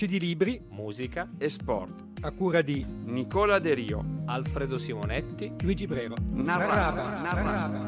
di libri musica e sport a cura di Nicola De Rio, Alfredo Simonetti, Luigi Brero. Narraba.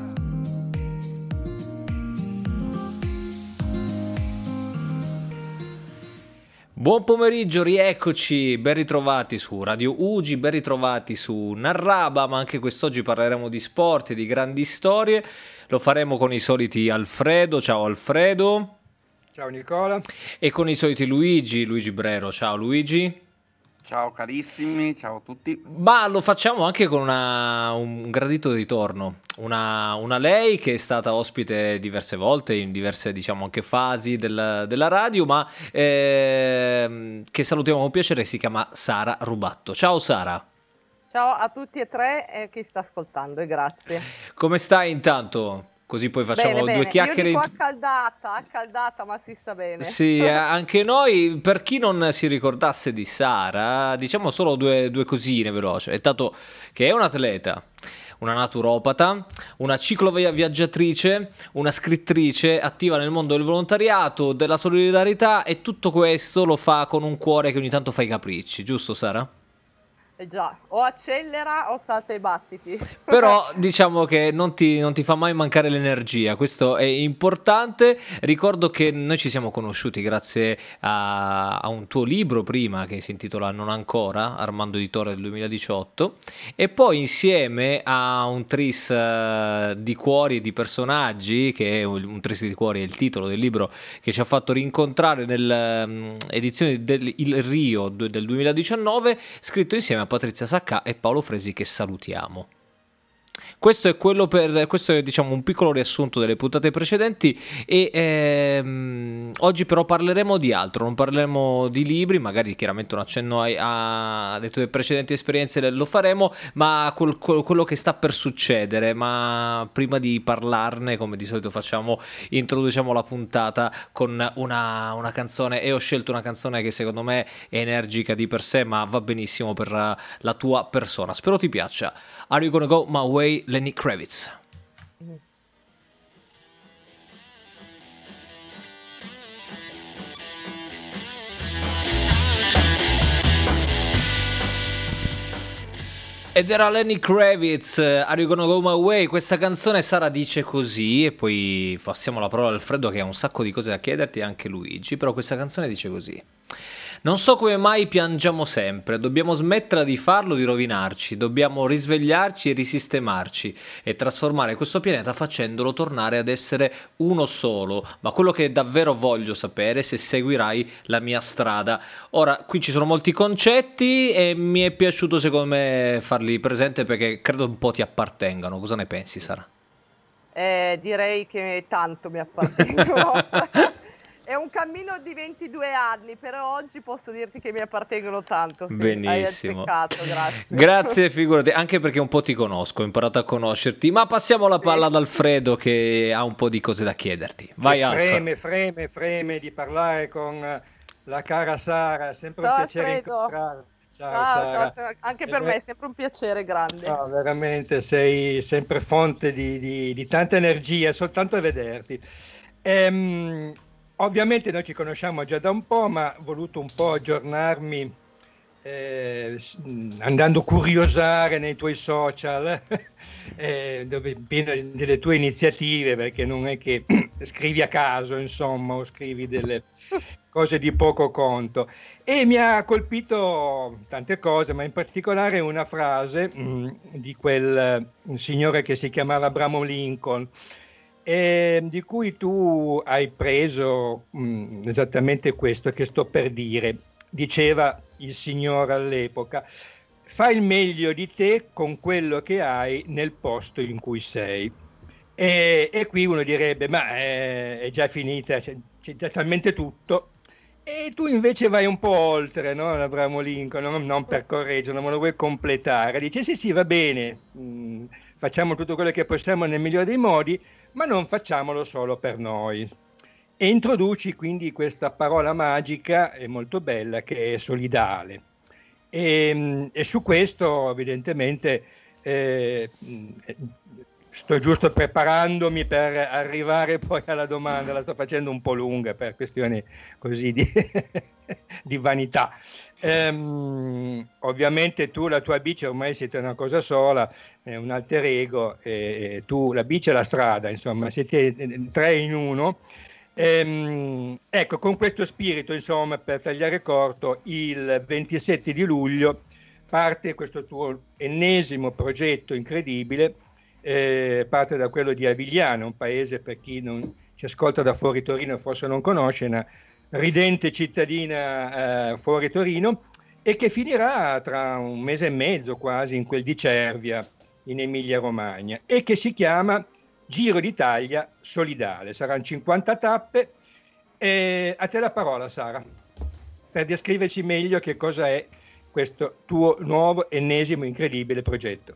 Buon pomeriggio, rieccoci, ben ritrovati su Radio Ugi, ben ritrovati su Narraba, ma anche quest'oggi parleremo di sport e di grandi storie. Lo faremo con i soliti Alfredo, ciao Alfredo. Ciao Nicola. E con i soliti Luigi Brero, ciao Luigi. Ciao carissimi, ciao a tutti. Ma lo facciamo anche con un gradito ritorno, una lei che è stata ospite diverse volte in diverse, diciamo, anche fasi della radio, ma che salutiamo con piacere, si chiama Sara Rubatto. Ciao Sara. Ciao a tutti e tre e chi sta ascoltando, e grazie. Come stai intanto? Così poi facciamo bene. Due chiacchiere. Io dico accaldata, ma si sta bene. Sì, anche noi, per chi non si ricordasse di Sara, diciamo solo due cosine veloci. Intanto che è un atleta, una naturopata, una cicloviaggiatrice, una scrittrice attiva nel mondo del volontariato, della solidarietà, e tutto questo lo fa con un cuore che ogni tanto fa i capricci, giusto Sara? Già, o accelera o salta i battiti. Però diciamo che non ti fa mai mancare l'energia, questo è importante. Ricordo che noi ci siamo conosciuti grazie a un tuo libro prima che si intitola Non ancora, Armando Editore del 2018, e poi insieme a un tris di cuori e di personaggi, che è un tris di cuori è il titolo del libro che ci ha fatto rincontrare nell'edizione del Rio del 2019, scritto insieme a Patrizia Saccà e Paolo Fresi, che salutiamo. Questo è diciamo un piccolo riassunto delle puntate precedenti e oggi però parleremo di altro, non parleremo di libri, magari chiaramente un accenno alle tue precedenti esperienze lo faremo, ma quello che sta per succedere. Ma prima di parlarne, come di solito facciamo, introduciamo la puntata con una canzone, e ho scelto una canzone che secondo me è energica di per sé, ma va benissimo per la tua persona. Spero ti piaccia. Are You Gonna Go My Way, Lenny Kravitz. Ed era Lenny Kravitz, Are You Gonna Go My Way? Questa canzone, Sara, dice così, e poi passiamo la parola a Alfredo che ha un sacco di cose da chiederti, e anche Luigi, però questa canzone dice così: non so come mai piangiamo sempre, dobbiamo smettere di farlo, di rovinarci, dobbiamo risvegliarci e risistemarci e trasformare questo pianeta facendolo tornare ad essere uno solo. Ma quello che davvero voglio sapere è se seguirai la mia strada. Ora, qui ci sono molti concetti e mi è piaciuto secondo me farli presente perché credo un po' ti appartengano. Cosa ne pensi, Sara? Direi che tanto mi appartengono. È un cammino di 22 anni, però oggi posso dirti che mi appartengono tanto. Sì. Benissimo. Hai azzeccato, grazie. Grazie, figurati, anche perché un po' ti conosco, ho imparato a conoscerti, ma passiamo la palla ad Alfredo che ha un po' di cose da chiederti. Vai Alfredo. Freme di parlare con la cara Sara, sempre un piacere incontrarti. Ciao Sara. Ciao, anche per me è sempre un piacere grande. No, veramente sei sempre fonte di tanta energia, soltanto a vederti. Ovviamente noi ci conosciamo già da un po', ma ho voluto un po' aggiornarmi andando a curiosare nei tuoi social, pieno delle tue iniziative, perché non è che scrivi a caso, insomma, o scrivi delle cose di poco conto. E mi ha colpito tante cose, ma in particolare una frase di quel signore che si chiamava Abraham Lincoln, di cui tu hai preso esattamente questo che sto per dire. Diceva il signore all'epoca: fai il meglio di te con quello che hai nel posto in cui sei. E qui uno direbbe: ma è già finita, c'è già talmente tutto. E tu invece vai un po' oltre, no? Abraham Lincoln, non per correggere, ma lo vuoi completare. Dice: sì, va bene, facciamo tutto quello che possiamo nel migliore dei modi, ma non facciamolo solo per noi. E introduci quindi questa parola magica e molto bella che è solidale. E su questo evidentemente Sto giusto preparandomi per arrivare poi alla domanda, la sto facendo un po' lunga per questioni così di vanità. Ovviamente tu, la tua bici ormai siete una cosa sola, è un alter ego, tu, la bici e la strada, insomma, siete tre in uno. Ecco, con questo spirito, insomma, per tagliare corto, il 27 di luglio parte questo tuo ennesimo progetto incredibile. Parte da quello di Avigliano, un paese, per chi non ci ascolta da fuori Torino forse non conosce, una ridente cittadina fuori Torino, e che finirà tra un mese e mezzo quasi in quel di Cervia in Emilia Romagna, e che si chiama Giro d'Italia Solidale. Saranno 50 tappe. A te la parola, Sara, per descriverci meglio che cosa è questo tuo nuovo ennesimo incredibile progetto.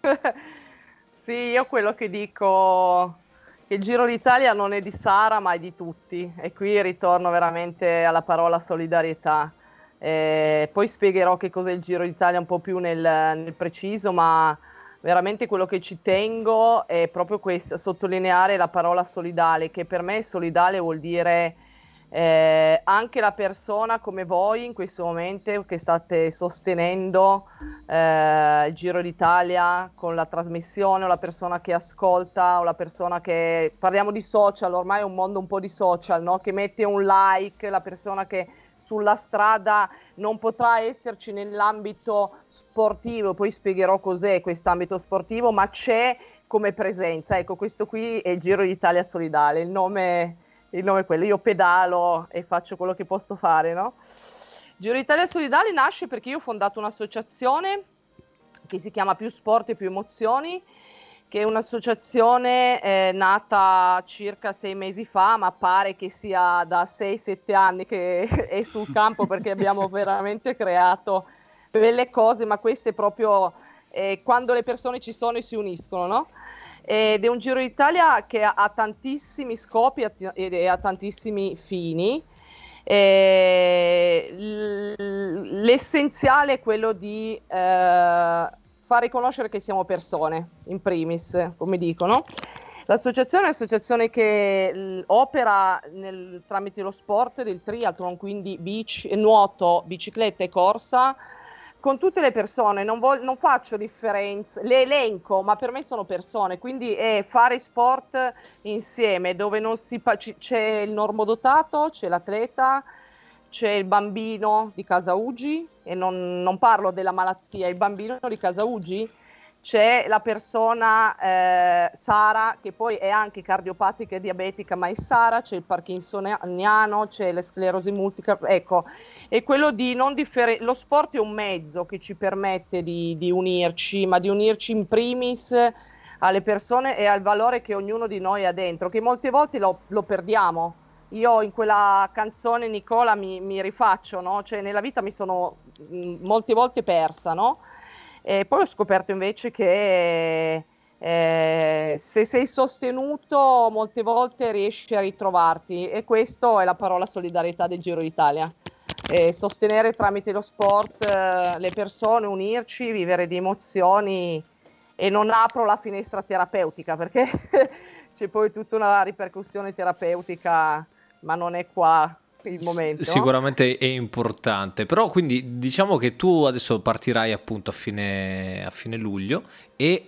Sì, io quello che dico che il Giro d'Italia non è di Sara ma è di tutti, e qui ritorno veramente alla parola solidarietà. Poi spiegherò che cos'è il Giro d'Italia un po' più nel preciso, ma veramente quello che ci tengo è proprio questo, sottolineare la parola solidale, che per me solidale vuol dire anche la persona come voi in questo momento che state sostenendo il Giro d'Italia con la trasmissione, o la persona che ascolta, o la persona che, parliamo di social, ormai è un mondo un po' di social, no? Che mette un like, la persona che sulla strada non potrà esserci nell'ambito sportivo, poi spiegherò cos'è quest'ambito sportivo, ma c'è come presenza. Ecco, questo qui è il Giro d'Italia Solidale, il nome è quello. Io pedalo e faccio quello che posso fare, no? Giro d'Italia Solidale nasce perché io ho fondato un'associazione che si chiama Più Sport e Più Emozioni, che è un'associazione nata circa 6 mesi fa, ma pare che sia da 6-7 anni che è sul campo, perché abbiamo veramente creato belle cose, ma queste proprio quando le persone ci sono e si uniscono, no? Ed è un Giro d'Italia che ha tantissimi scopi e ha tantissimi fini. L'essenziale è quello di far riconoscere che siamo persone, in primis, come dicono. L'associazione è un'associazione che opera tramite lo sport del triathlon, quindi nuoto, bicicletta e corsa, con tutte le persone. Non faccio differenze, le elenco, ma per me sono persone, quindi è fare sport insieme, dove non c'è il normodotato, c'è l'atleta, c'è il bambino di Casa Uggi, e non parlo della malattia, il bambino di Casa Uggi, c'è la persona Sara, che poi è anche cardiopatica e diabetica, ma è Sara, c'è il parkinsoniano, c'è la sclerosi multipla, ecco, è quello di non lo sport è un mezzo che ci permette di unirci, ma di unirci in primis alle persone e al valore che ognuno di noi ha dentro, che molte volte lo perdiamo. Io in quella canzone, Nicola, mi rifaccio, no? Cioè nella vita mi sono molte volte persa, no? E poi ho scoperto invece che se sei sostenuto molte volte riesci a ritrovarti, e questo è la parola solidarietà del Giro d'Italia. Sostenere tramite lo sport le persone, unirci, vivere di emozioni, e non apro la finestra terapeutica perché c'è poi tutta una ripercussione terapeutica, ma non è qua il momento. Sicuramente è importante, però quindi diciamo che tu adesso partirai appunto a fine luglio e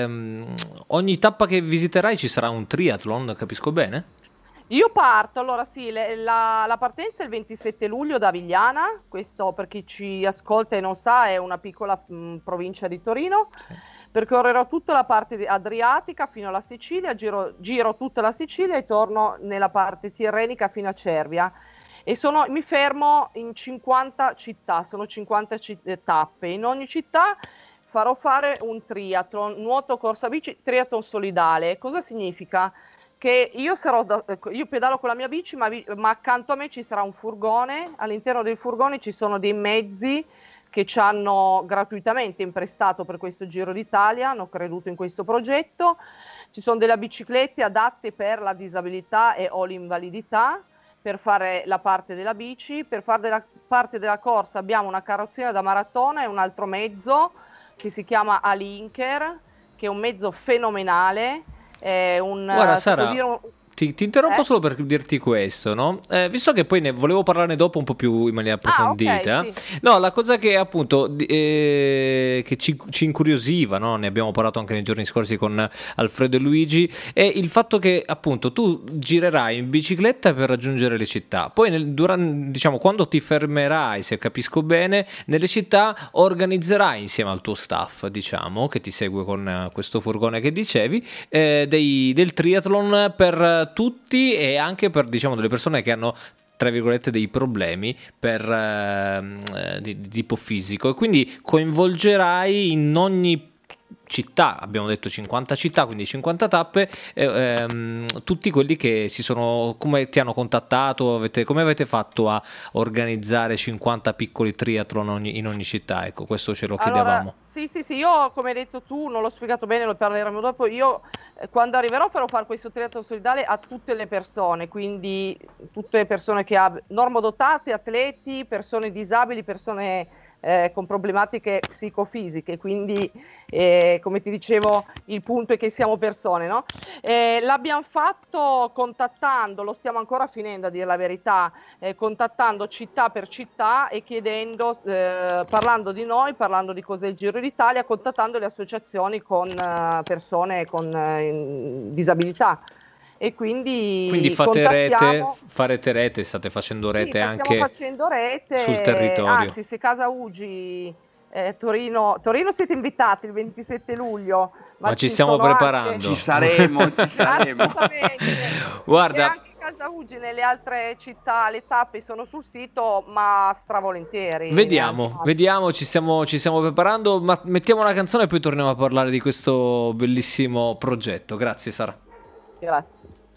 ogni tappa che visiterai ci sarà un triathlon, capisco bene? Io parto, allora sì, la partenza è il 27 luglio da Avigliana, questo per chi ci ascolta e non sa è una piccola provincia di Torino. Sì. Percorrerò tutta la parte adriatica fino alla Sicilia, giro tutta la Sicilia e torno nella parte tirrenica fino a Cervia. E mi fermo in 50 città, sono 50 tappe. In ogni città farò fare un triathlon, nuoto, corsa bici, triathlon solidale. Cosa significa? Che io pedalo con la mia bici, ma accanto a me ci sarà un furgone, all'interno del furgone ci sono dei mezzi che ci hanno gratuitamente imprestato per questo Giro d'Italia, hanno creduto in questo progetto, ci sono delle biciclette adatte per la disabilità o l'invalidità, per fare la parte della bici, per fare la parte della corsa abbiamo una carrozzina da maratona e un altro mezzo che si chiama Alinker, che è un mezzo fenomenale, è Guarda, Sara, ti interrompo solo per dirti questo, no? Visto che poi ne volevo parlarne dopo un po' più in maniera approfondita. Okay, sì. No, la cosa che appunto che ci incuriosiva, no? Ne abbiamo parlato anche nei giorni scorsi con Alfredo e Luigi, è il fatto che appunto tu girerai in bicicletta per raggiungere le città. Poi diciamo, quando ti fermerai, se capisco bene, nelle città organizzerai insieme al tuo staff, diciamo, che ti segue con questo furgone che dicevi, del triathlon per tutti e anche per, diciamo, delle persone che hanno, tra virgolette, dei problemi di tipo fisico, e quindi coinvolgerai in ogni città, abbiamo detto 50 città, quindi 50 tappe, tutti quelli che come ti hanno contattato, come avete fatto a organizzare 50 piccoli triathlon in ogni città? Ecco, questo ce lo chiedevamo. Sì, io, come hai detto tu, non l'ho spiegato bene, lo parleremo dopo. Io quando arriverò farò fare questo triathlon solidale a tutte le persone, quindi tutte le persone che hanno normodotate, atleti, persone disabili, persone con problematiche psicofisiche, quindi come ti dicevo il punto è che siamo persone, no? L'abbiamo fatto contattando, lo stiamo ancora finendo a dire la verità, contattando città per città e chiedendo, parlando di noi, parlando di cos'è il Giro d'Italia, contattando le associazioni con persone con disabilità. E quindi farete rete, state facendo rete, sì, anche facendo rete, sul territorio. Anzi, se Casa Ugi Torino siete invitati il 27 luglio, ma ci stiamo preparando. Ci saremo. Guarda, e anche Casa Ugi nelle altre città, le tappe sono sul sito, ma stravolentieri. Vediamo, ci stiamo preparando, ma mettiamo una canzone e poi torniamo a parlare di questo bellissimo progetto. Grazie, Sara. Grazie.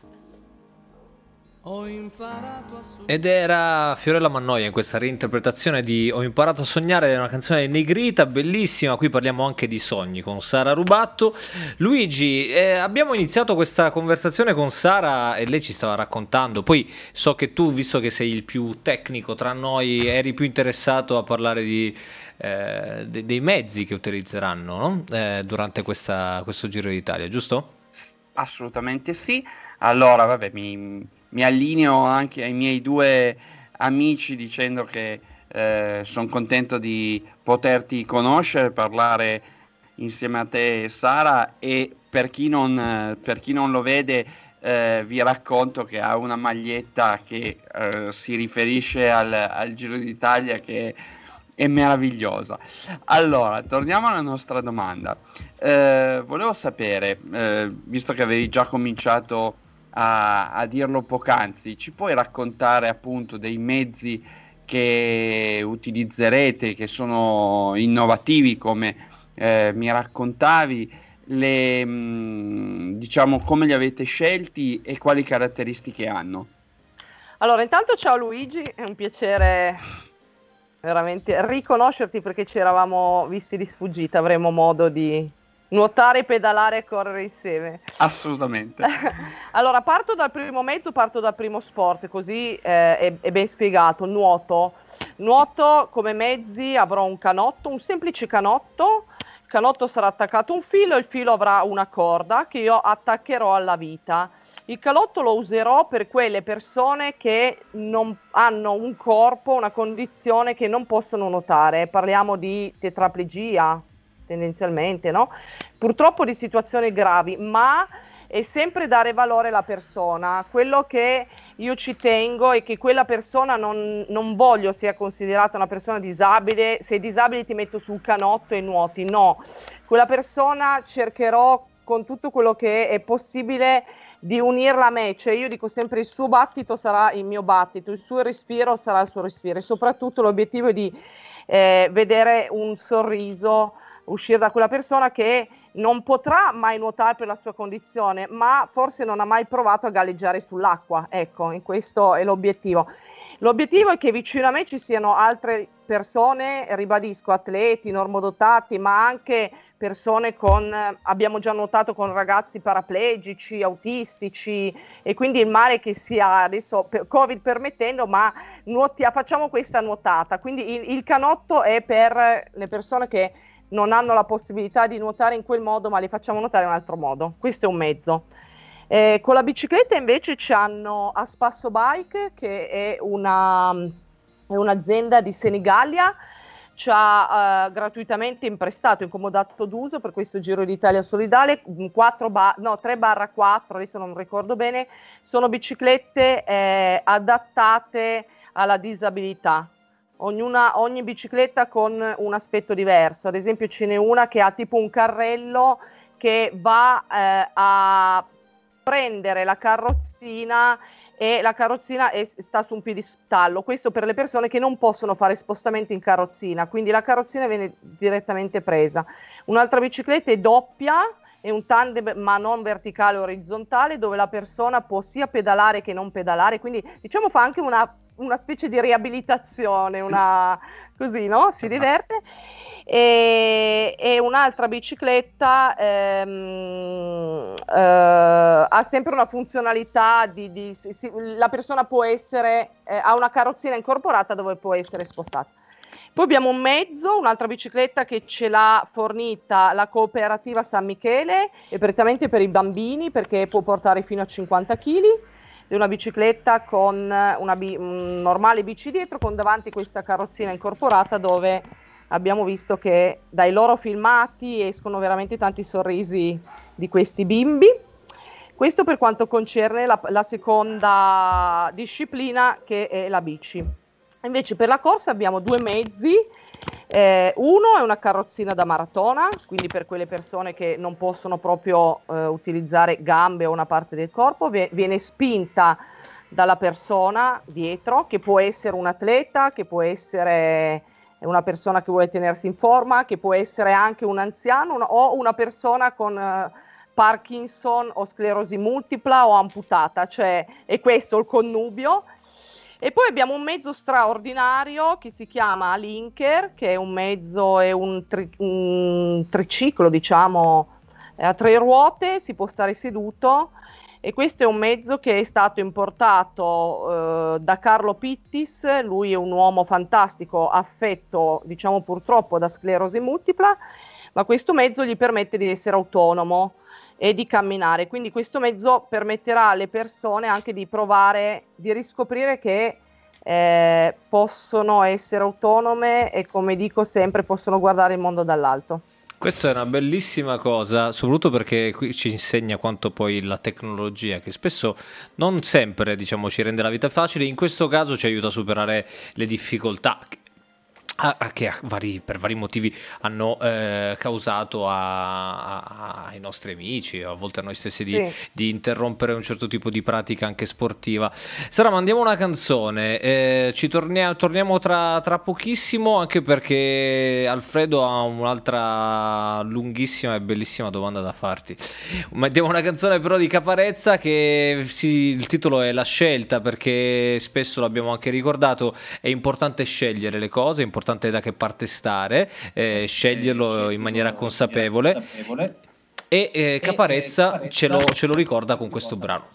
Ed era Fiorella Mannoia in questa reinterpretazione di Ho imparato a sognare, una canzone negrita bellissima. Qui parliamo anche di sogni con Sara Rubatto. Luigi, abbiamo iniziato questa conversazione con Sara e lei ci stava raccontando, poi so che tu, visto che sei il più tecnico tra noi, eri più interessato a parlare dei mezzi che utilizzeranno, no? Durante questo Giro d'Italia, giusto? Assolutamente sì. Allora, vabbè, mi allineo anche ai miei due amici dicendo che sono contento di poterti conoscere, parlare insieme a te, Sara, e per chi non lo vede, vi racconto che ha una maglietta che si riferisce al Giro d'Italia, che è meravigliosa. Allora, torniamo alla nostra domanda. Volevo sapere, visto che avevi già cominciato a dirlo poc'anzi, ci puoi raccontare appunto dei mezzi che utilizzerete, che sono innovativi, come mi raccontavi, diciamo, come li avete scelti e quali caratteristiche hanno? Allora, intanto ciao Luigi, è un piacere veramente riconoscerti, perché ci eravamo visti di sfuggita, avremo modo di nuotare, pedalare e correre insieme. Assolutamente. Allora, parto dal primo mezzo, parto dal primo sport, così è ben spiegato. Nuoto, come mezzi avrò un canotto, un semplice canotto. Il canotto sarà attaccato a un filo e il filo avrà una corda che io attaccherò alla vita. Il calotto lo userò per quelle persone che non hanno un corpo, una condizione che non possono nuotare. Parliamo di tetraplegia, tendenzialmente, no? Purtroppo di situazioni gravi, ma è sempre dare valore alla persona. Quello che io ci tengo è che quella persona non voglio sia considerata una persona disabile. Se è disabile ti metto sul canotto e nuoti, no. Quella persona cercherò con tutto quello che è possibile di unirla a me, cioè io dico sempre il suo battito sarà il mio battito, il suo respiro sarà il suo respiro, e soprattutto l'obiettivo è di vedere un sorriso uscire da quella persona che non potrà mai nuotare per la sua condizione, ma forse non ha mai provato a galleggiare sull'acqua. Ecco, in questo è l'obiettivo. L'obiettivo è che vicino a me ci siano altre persone, ribadisco, atleti, normodotati, ma anche persone abbiamo già nuotato con ragazzi paraplegici, autistici, e quindi il mare che sia adesso, Covid permettendo, ma facciamo questa nuotata. Quindi il canotto è per le persone che non hanno la possibilità di nuotare in quel modo, ma li facciamo nuotare in un altro modo. Questo è un mezzo. Con la bicicletta invece c'hanno a Spasso Bike, che è un'azienda di Senigallia, ci ha gratuitamente imprestato, incomodato d'uso per questo Giro d'Italia solidale 3/4, adesso non ricordo bene, sono biciclette adattate alla disabilità. Ogni bicicletta con un aspetto diverso. Ad esempio ce n'è una che ha tipo un carrello che va a prendere la carrozzina, e la carrozzina sta su un piedistallo. Questo per le persone che non possono fare spostamenti in carrozzina, quindi la carrozzina viene direttamente presa. Un'altra bicicletta è doppia, è un tandem ma non verticale o orizzontale, dove la persona può sia pedalare che non pedalare, quindi diciamo fa anche una specie di riabilitazione, così, no? Si diverte. E un'altra bicicletta ha sempre una funzionalità la persona può essere ha una carrozzina incorporata dove può essere spostata. Poi abbiamo un'altra bicicletta che ce l'ha fornita la cooperativa San Michele, è prettamente per i bambini perché può portare fino a 50 kg. È una bicicletta con un normale bici dietro, con davanti questa carrozzina incorporata, dove abbiamo visto che dai loro filmati escono veramente tanti sorrisi di questi bimbi. Questo per quanto concerne la seconda disciplina, che è la bici. Invece per la corsa abbiamo due mezzi. Uno è una carrozzina da maratona, quindi per quelle persone che non possono proprio utilizzare gambe o una parte del corpo, viene spinta dalla persona dietro, che può essere un atleta, che può essere una persona che vuole tenersi in forma, che può essere anche un anziano o una persona con Parkinson o sclerosi multipla o amputata, cioè è questo il connubio. E poi abbiamo un mezzo straordinario che si chiama Linker, che è un mezzo, è un triciclo, diciamo, a 3 ruote, si può stare seduto, e questo è un mezzo che è stato importato da Carlo Pittis. Lui è un uomo fantastico, affetto, diciamo, purtroppo da sclerosi multipla, ma questo mezzo gli permette di essere autonomo e di camminare, quindi questo mezzo permetterà alle persone anche di provare, di riscoprire che possono essere autonome e, come dico sempre, possono guardare il mondo dall'alto. Questa è una bellissima cosa, soprattutto perché qui ci insegna quanto poi la tecnologia, che spesso non sempre, diciamo, ci rende la vita facile, in questo caso ci aiuta a superare le difficoltà che per vari motivi hanno causato ai nostri amici, a volte a noi stessi, di interrompere un certo tipo di pratica anche sportiva. Sara, mandiamo una canzone, torniamo tra pochissimo, anche perché Alfredo ha un'altra lunghissima e bellissima domanda da farti. Mandiamo una canzone però di Caparezza, che il titolo è La Scelta, perché spesso l'abbiamo anche ricordato, è importante scegliere le cose, è importante da che parte stare, sceglierlo in maniera consapevole, e Caparezza ce lo ricorda con questo brano.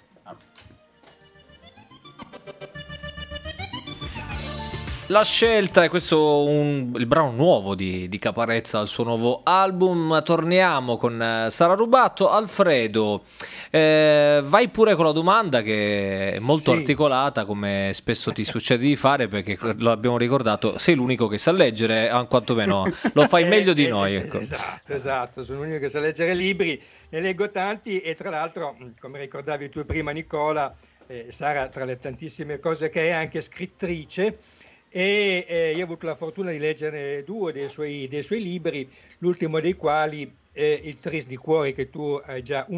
La Scelta è questo il brano nuovo di Caparezza al suo nuovo album. Torniamo con Sara Rubato. Alfredo, vai pure con la domanda, che è molto articolata, come spesso ti succede di fare, perché lo abbiamo ricordato, sei l'unico che sa leggere, quantomeno lo fai meglio di noi, ecco. Esatto, sono l'unico che sa leggere libri, ne leggo tanti, e tra l'altro, come ricordavi tu prima, Nicola, Sara, tra le tantissime cose che è anche scrittrice. E io ho avuto la fortuna di leggere 2 dei suoi libri, l'ultimo dei quali è il Tris di Cuori, che tu hai già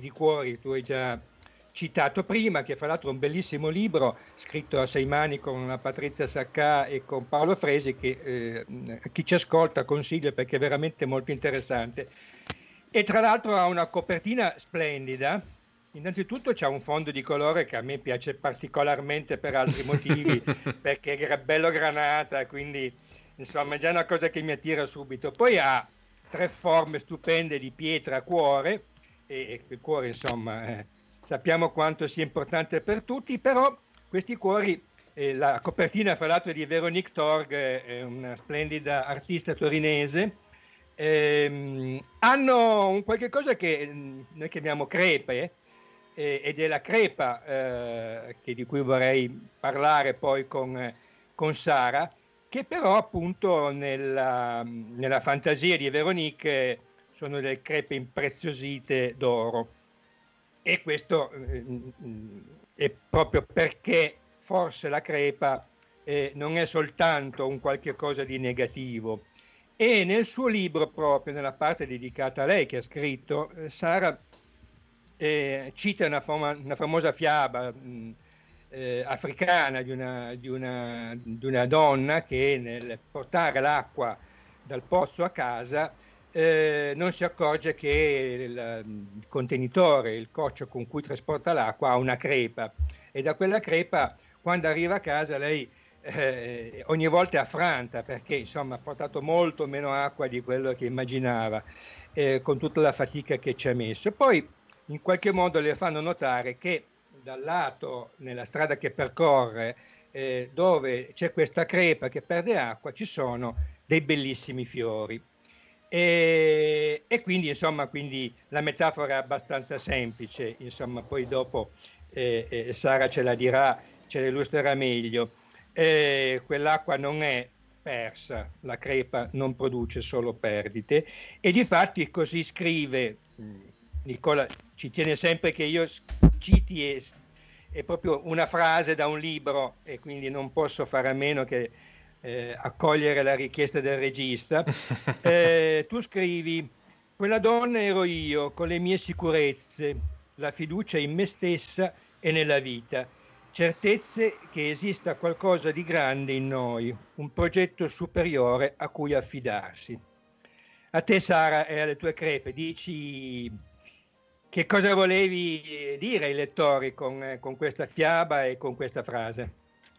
citato prima, che fra l'altro è un bellissimo libro scritto a 6 mani con Patrizia Saccà e con Paolo Fresi, che a chi ci ascolta consiglio, perché è veramente molto interessante. E tra l'altro ha una copertina splendida. Innanzitutto c'è un fondo di colore che a me piace particolarmente per altri motivi, perché è bello granata, quindi insomma è già una cosa che mi attira subito. Poi ha 3 forme stupende di pietra a cuore, e il cuore, insomma, sappiamo quanto sia importante per tutti, però questi cuori, la copertina fra l'altro è di Véronique Torg, una splendida artista torinese, hanno un qualche cosa che noi chiamiamo crepe, ed è la crepa di cui vorrei parlare poi con Sara, che però appunto nella fantasia di Véronique sono delle crepe impreziosite d'oro, e questo è proprio perché forse la crepa non è soltanto un qualche cosa di negativo. E nel suo libro, proprio nella parte dedicata a lei che ha scritto, Sara cita una famosa fiaba africana di una donna che nel portare l'acqua dal pozzo a casa non si accorge che il contenitore, il coccio con cui trasporta l'acqua, ha una crepa, e da quella crepa, quando arriva a casa, lei ogni volta è affranta, perché insomma ha portato molto meno acqua di quello che immaginava, con tutta la fatica che ci ha messo. Poi in qualche modo le fanno notare che dal lato, nella strada che percorre, dove c'è questa crepa che perde acqua, ci sono dei bellissimi fiori. E quindi insomma, quindi la metafora è abbastanza semplice, insomma, poi dopo Sara ce la dirà, ce la illustrerà meglio. Quell'acqua non è persa, la crepa non produce solo perdite, e difatti così scrive. Nicola ci tiene sempre che io citi è proprio una frase da un libro, e quindi non posso fare a meno che accogliere la richiesta del regista. Tu scrivi: quella donna ero io, con le mie sicurezze, la fiducia in me stessa e nella vita, certezze che esista qualcosa di grande in noi, un progetto superiore a cui affidarsi. A te, Sara, e alle tue crepe, dici che cosa volevi dire ai lettori con questa fiaba e con questa frase?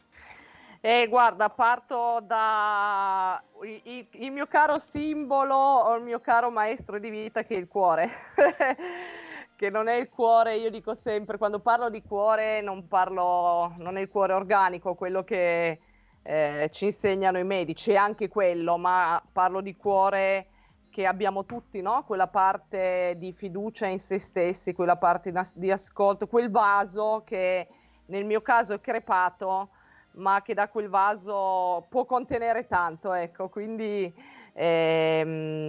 Guarda, parto da il mio caro simbolo o il mio caro maestro di vita, che è il cuore. Che non è il cuore, io dico sempre, quando parlo di cuore non è il cuore organico, quello che ci insegnano i medici, è anche quello, ma parlo di cuore che abbiamo tutti, no? Quella parte di fiducia in se stessi, quella parte di ascolto, quel vaso che nel mio caso è crepato, ma che da quel vaso può contenere tanto, ecco, quindi è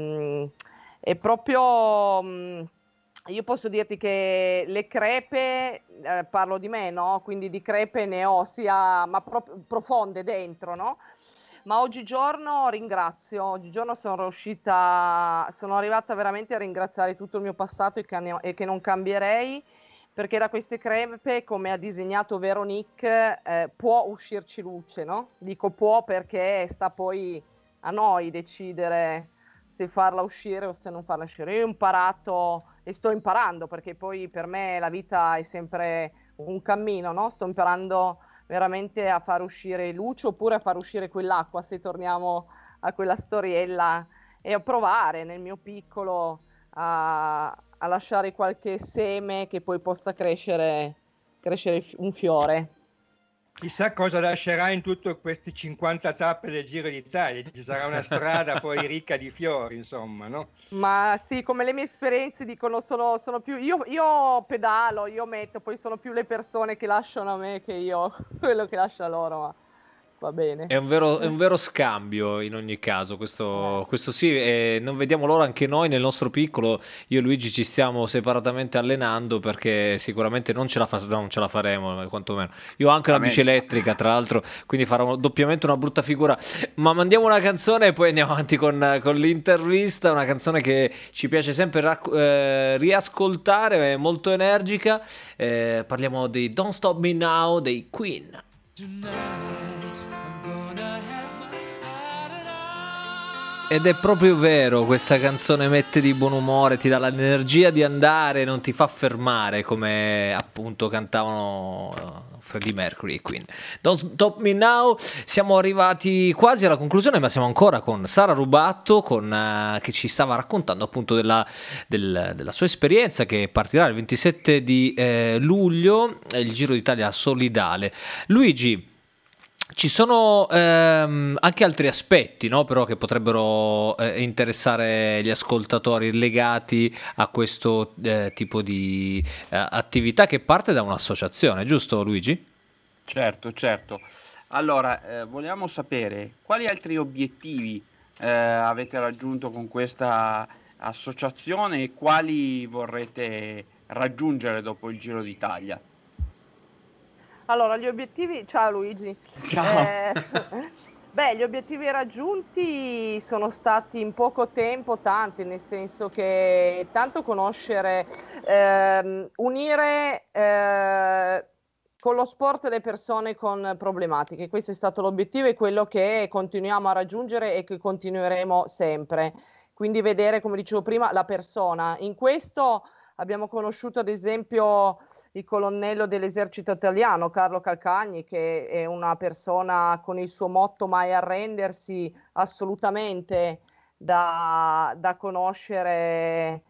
proprio... Io posso dirti che le crepe, parlo di me, no? Quindi di crepe ne ho sia, ma profonde dentro, no? Ma oggigiorno ringrazio, oggigiorno sono arrivata veramente a ringraziare tutto il mio passato e che non cambierei, perché da queste crepe, come ha disegnato Véronique, può uscirci luce, no? Dico può perché sta poi a noi decidere se farla uscire o se non farla uscire. Io ho imparato e sto imparando, perché poi per me la vita è sempre un cammino, no? Sto imparando veramente a far uscire luce, oppure a far uscire quell'acqua, se torniamo a quella storiella, e a provare nel mio piccolo a lasciare qualche seme che poi possa crescere un fiore. Chissà cosa lascerà in tutte queste 50 tappe del Giro d'Italia, ci sarà una strada poi ricca di fiori, insomma, no? Ma sì, come le mie esperienze dicono, sono più, io pedalo, io metto, poi sono più le persone che lasciano a me che io quello che lascio a loro, ma va bene. È un vero scambio in ogni caso, questo sì, e non vediamo l'ora anche noi nel nostro piccolo. Io e Luigi ci stiamo separatamente allenando, perché sicuramente non ce la faremo, quantomeno. Io ho anche la bici elettrica, tra l'altro, quindi farò doppiamente una brutta figura. Ma mandiamo una canzone e poi andiamo avanti con l'intervista, una canzone che ci piace sempre riascoltare, è molto energica. Parliamo di Don't Stop Me Now dei Queen. Ed è proprio vero, questa canzone mette di buon umore, ti dà l'energia di andare, non ti fa fermare, come appunto cantavano Freddie Mercury e Queen. Don't Stop Me Now. Siamo arrivati quasi alla conclusione, ma siamo ancora con Sara Rubatto, che ci stava raccontando appunto della sua esperienza, che partirà il 27 di luglio, il Giro d'Italia solidale. Luigi, Ci sono anche altri aspetti, no? Però che potrebbero interessare gli ascoltatori legati a questo tipo di attività che parte da un'associazione, giusto Luigi? Certo, certo. Allora, vogliamo sapere quali altri obiettivi avete raggiunto con questa associazione e quali vorrete raggiungere dopo il Giro d'Italia? Allora, gli obiettivi... Ciao Luigi. Ciao. Beh, gli obiettivi raggiunti sono stati in poco tempo tanti, nel senso che tanto conoscere, unire con lo sport le persone con problematiche. Questo è stato l'obiettivo e quello che continuiamo a raggiungere e che continueremo sempre. Quindi vedere, come dicevo prima, la persona. In questo abbiamo conosciuto ad esempio il colonnello dell'esercito italiano, Carlo Calcagni, che è una persona con il suo motto mai arrendersi, assolutamente da conoscere,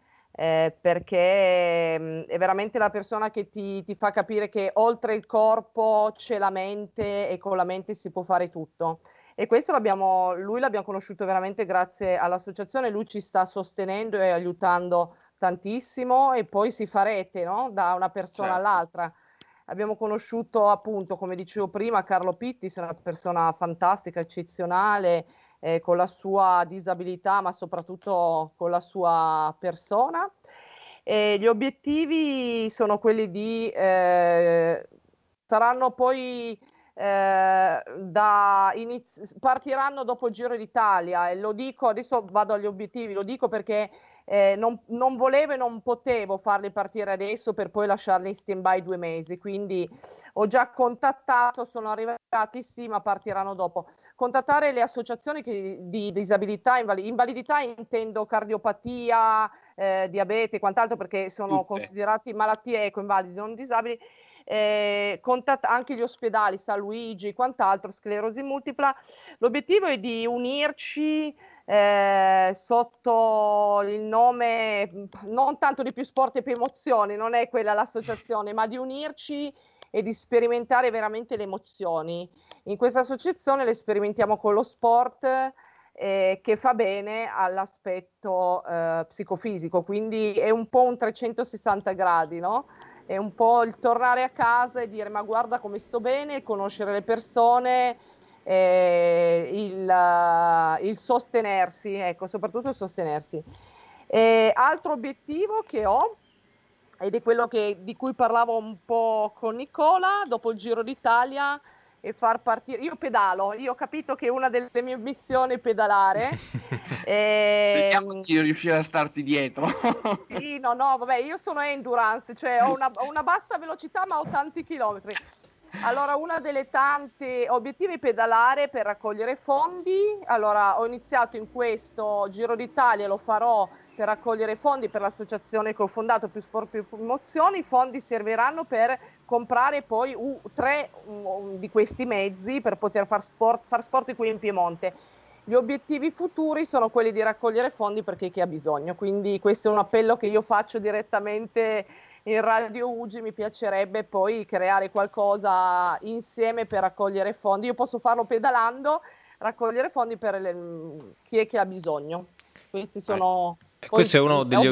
perché è veramente la persona che ti fa capire che oltre il corpo c'è la mente e con la mente si può fare tutto. E questo lui l'abbiamo conosciuto veramente grazie all'associazione, lui ci sta sostenendo e aiutando tantissimo e poi si fa rete, no? Da una persona all'altra. Abbiamo conosciuto appunto, come dicevo prima, Carlo Pittis, una persona fantastica, eccezionale, con la sua disabilità, ma soprattutto con la sua persona. E gli obiettivi sono quelli di... saranno poi... partiranno dopo il Giro d'Italia e lo dico, adesso vado agli obiettivi, lo dico perché non volevo e non potevo farli partire adesso per poi lasciarli in stand-by 2 mesi, quindi ho già contattato, sono arrivati sì, ma partiranno dopo. Contattare le associazioni di disabilità, invalidità intendo cardiopatia, diabete e quant'altro, perché sono considerati malattie invalidi, non disabili. Anche gli ospedali, San Luigi e quant'altro, sclerosi multipla. L'obiettivo è di unirci sotto il nome non tanto di Più Sport e Più Emozioni, non è quella l'associazione, ma di unirci e di sperimentare veramente le emozioni. In questa associazione le sperimentiamo con lo sport che fa bene all'aspetto psicofisico, quindi è un po' un 360 gradi, no? È un po' il tornare a casa e dire ma guarda come sto bene, conoscere le persone, il sostenersi, ecco, soprattutto il sostenersi. Altro obiettivo che ho, ed è quello di cui parlavo un po' con Nicola, dopo il Giro d'Italia, è far partire... Io pedalo, io ho capito che una delle mie missioni è pedalare. Vediamo di riuscire a starti dietro. Sì, no, vabbè, io sono endurance, cioè ho una bassa velocità ma ho tanti chilometri. Allora, una delle tante obiettivi è pedalare per raccogliere fondi. Allora, ho iniziato in questo Giro d'Italia, lo farò per raccogliere fondi per l'associazione che ho fondato, Più Sport Più Emozioni. I fondi serviranno per comprare poi 3 di questi mezzi per poter far sport qui in Piemonte. Gli obiettivi futuri sono quelli di raccogliere fondi per chi ha bisogno, quindi questo è un appello che io faccio direttamente in Radio Ugi. Mi piacerebbe poi creare qualcosa insieme per raccogliere fondi. Io posso farlo pedalando, raccogliere fondi per chi è che ha bisogno. Questi sono... Questo è uno degli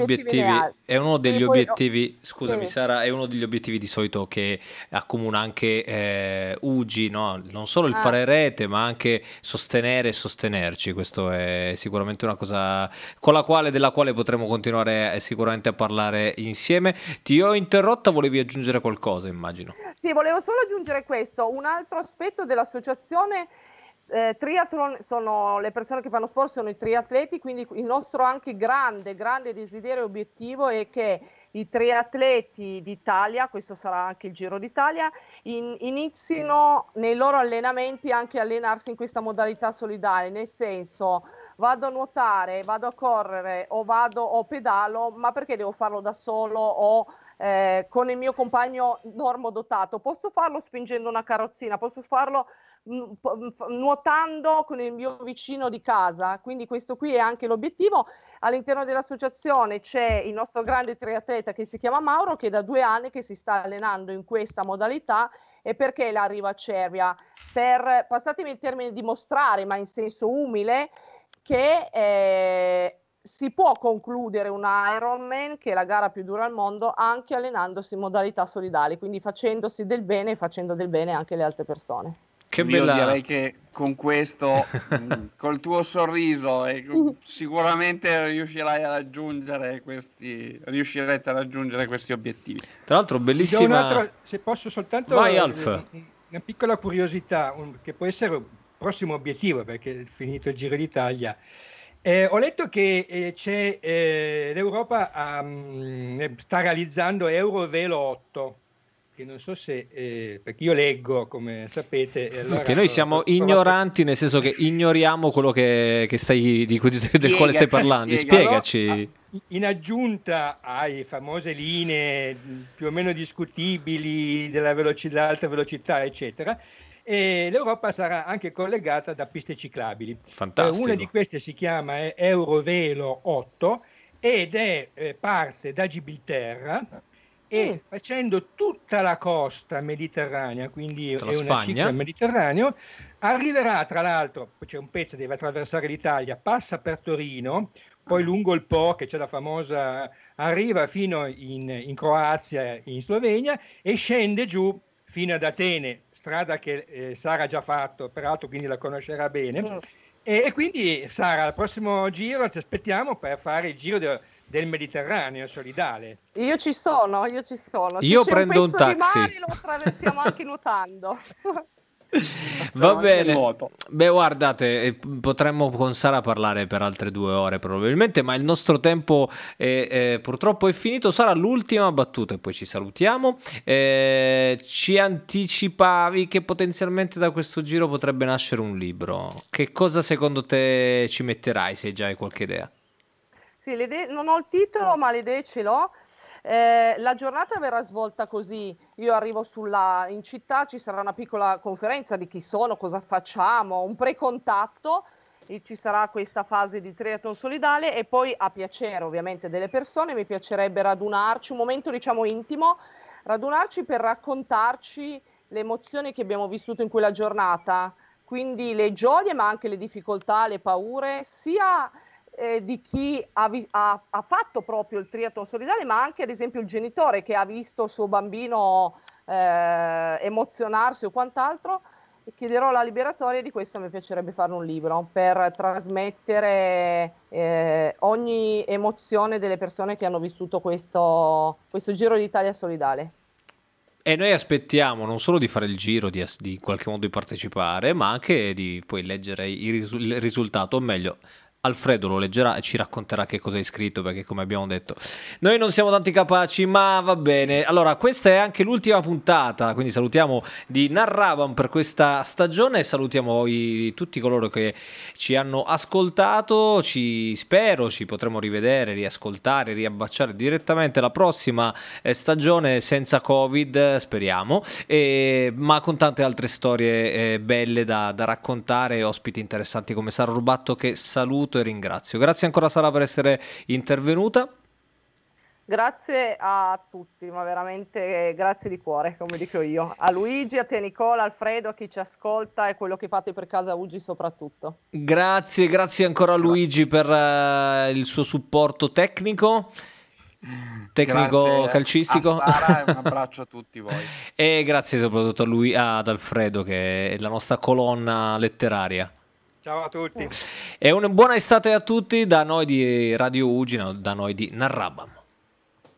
obiettivi, scusami Sara, è uno degli obiettivi di solito che accomuna anche Ugi, no? Non solo il fare rete, ma anche sostenere e sostenerci. Questo è sicuramente una cosa della quale potremo continuare sicuramente a parlare insieme. Ti ho interrotta, volevi aggiungere qualcosa, immagino. Sì, volevo solo aggiungere questo, un altro aspetto dell'associazione. Triathlon sono le persone che fanno sport, sono i triatleti, quindi il nostro anche grande desiderio e obiettivo è che i triatleti d'Italia, questo sarà anche il Giro d'Italia, inizino nei loro allenamenti anche a allenarsi in questa modalità solidale, nel senso vado a nuotare, vado a correre o pedalo, ma perché devo farlo da solo o con il mio compagno normodotato? Posso farlo spingendo una carrozzina, posso farlo nuotando con il mio vicino di casa, quindi questo qui è anche l'obiettivo. All'interno dell'associazione c'è il nostro grande triatleta che si chiama Mauro, che da 2 anni che si sta allenando in questa modalità E perché l'arrivo a Cervia? Per, passatemi il termine, dimostrare, ma in senso umile, che si può concludere un Ironman, che è la gara più dura al mondo, anche allenandosi in modalità solidali, quindi facendosi del bene e facendo del bene anche alle altre persone. Che bella... Io direi che con questo, col tuo sorriso, sicuramente riuscirete a raggiungere questi obiettivi. Tra l'altro, bellissima. Se posso soltanto... Vai, Alf. Una piccola curiosità, che può essere un prossimo obiettivo, perché è finito il Giro d'Italia. Ho letto che l'Europa sta realizzando Eurovelo 8, che non so se, perché io leggo, come sapete. Allora che noi siamo ignoranti, nel senso che ignoriamo quello che stai, del quale stai parlando. Spiegaci. Allora, in aggiunta ai famose linee più o meno discutibili della velocità, alta velocità, eccetera, l'Europa sarà anche collegata da piste ciclabili. Fantastico. Una di queste si chiama Eurovelo 8 ed è parte da Gibilterra e facendo tutta la costa mediterranea, quindi è una cicla mediterraneo, arriverà, tra l'altro, c'è un pezzo, deve attraversare l'Italia, passa per Torino, poi lungo il Po, che c'è la famosa, arriva fino in Croazia, in Slovenia, e scende giù fino ad Atene, strada che Sara ha già fatto, peraltro, quindi la conoscerà bene. E quindi Sara, al prossimo giro ci aspettiamo per fare il giro del Mediterraneo solidale. Io ci sono. Io prendo un taxi. Di mare, lo attraversiamo anche nuotando. Va bene. Beh, guardate, potremmo con Sara parlare per altre 2 ore probabilmente, ma il nostro tempo purtroppo è finito. Sara, l'ultima battuta e poi ci salutiamo. Ci anticipavi che potenzialmente da questo giro potrebbe nascere un libro. Che cosa secondo te ci metterai, se già hai qualche idea? Sì, non ho il titolo, ma le idee ce l'ho. La giornata verrà svolta così: io arrivo in città, ci sarà una piccola conferenza di chi sono, cosa facciamo, un precontatto, e ci sarà questa fase di triathlon solidale, e poi, a piacere ovviamente delle persone, mi piacerebbe radunarci, un momento diciamo intimo, radunarci per raccontarci le emozioni che abbiamo vissuto in quella giornata, quindi le gioie ma anche le difficoltà, le paure, sia di chi ha fatto proprio il triathlon solidale, ma anche ad esempio il genitore che ha visto il suo bambino emozionarsi o quant'altro. E chiederò la liberatoria di questo, mi piacerebbe fare un libro per trasmettere ogni emozione delle persone che hanno vissuto questo Giro d'Italia solidale. E noi aspettiamo non solo di fare il giro, di in qualche modo di partecipare, ma anche di poi leggere il risultato, o meglio, Alfredo lo leggerà e ci racconterà che cosa hai scritto, perché come abbiamo detto noi non siamo tanti capaci, ma va bene. Allora, questa è anche l'ultima puntata, quindi salutiamo di Narrabam per questa stagione, salutiamo tutti coloro che ci hanno ascoltato, spero ci potremo rivedere, riascoltare, riabbacciare direttamente la prossima stagione senza Covid, speriamo, ma con tante altre storie belle da raccontare, ospiti interessanti come Sara Rubatto, che saluto e ringrazio. Grazie ancora Sara per essere intervenuta. Grazie a tutti, ma veramente grazie di cuore, come dico io. A Luigi, a te Nicola, Alfredo, a chi ci ascolta e quello che fate per Casa Uggi soprattutto. Grazie ancora a Luigi per il suo supporto tecnico calcistico. A Sara e un abbraccio a tutti voi. E grazie soprattutto ad Alfredo, che è la nostra colonna letteraria. Ciao a tutti. E una buona estate a tutti da noi di Radio Uggi, da noi di Narrabam.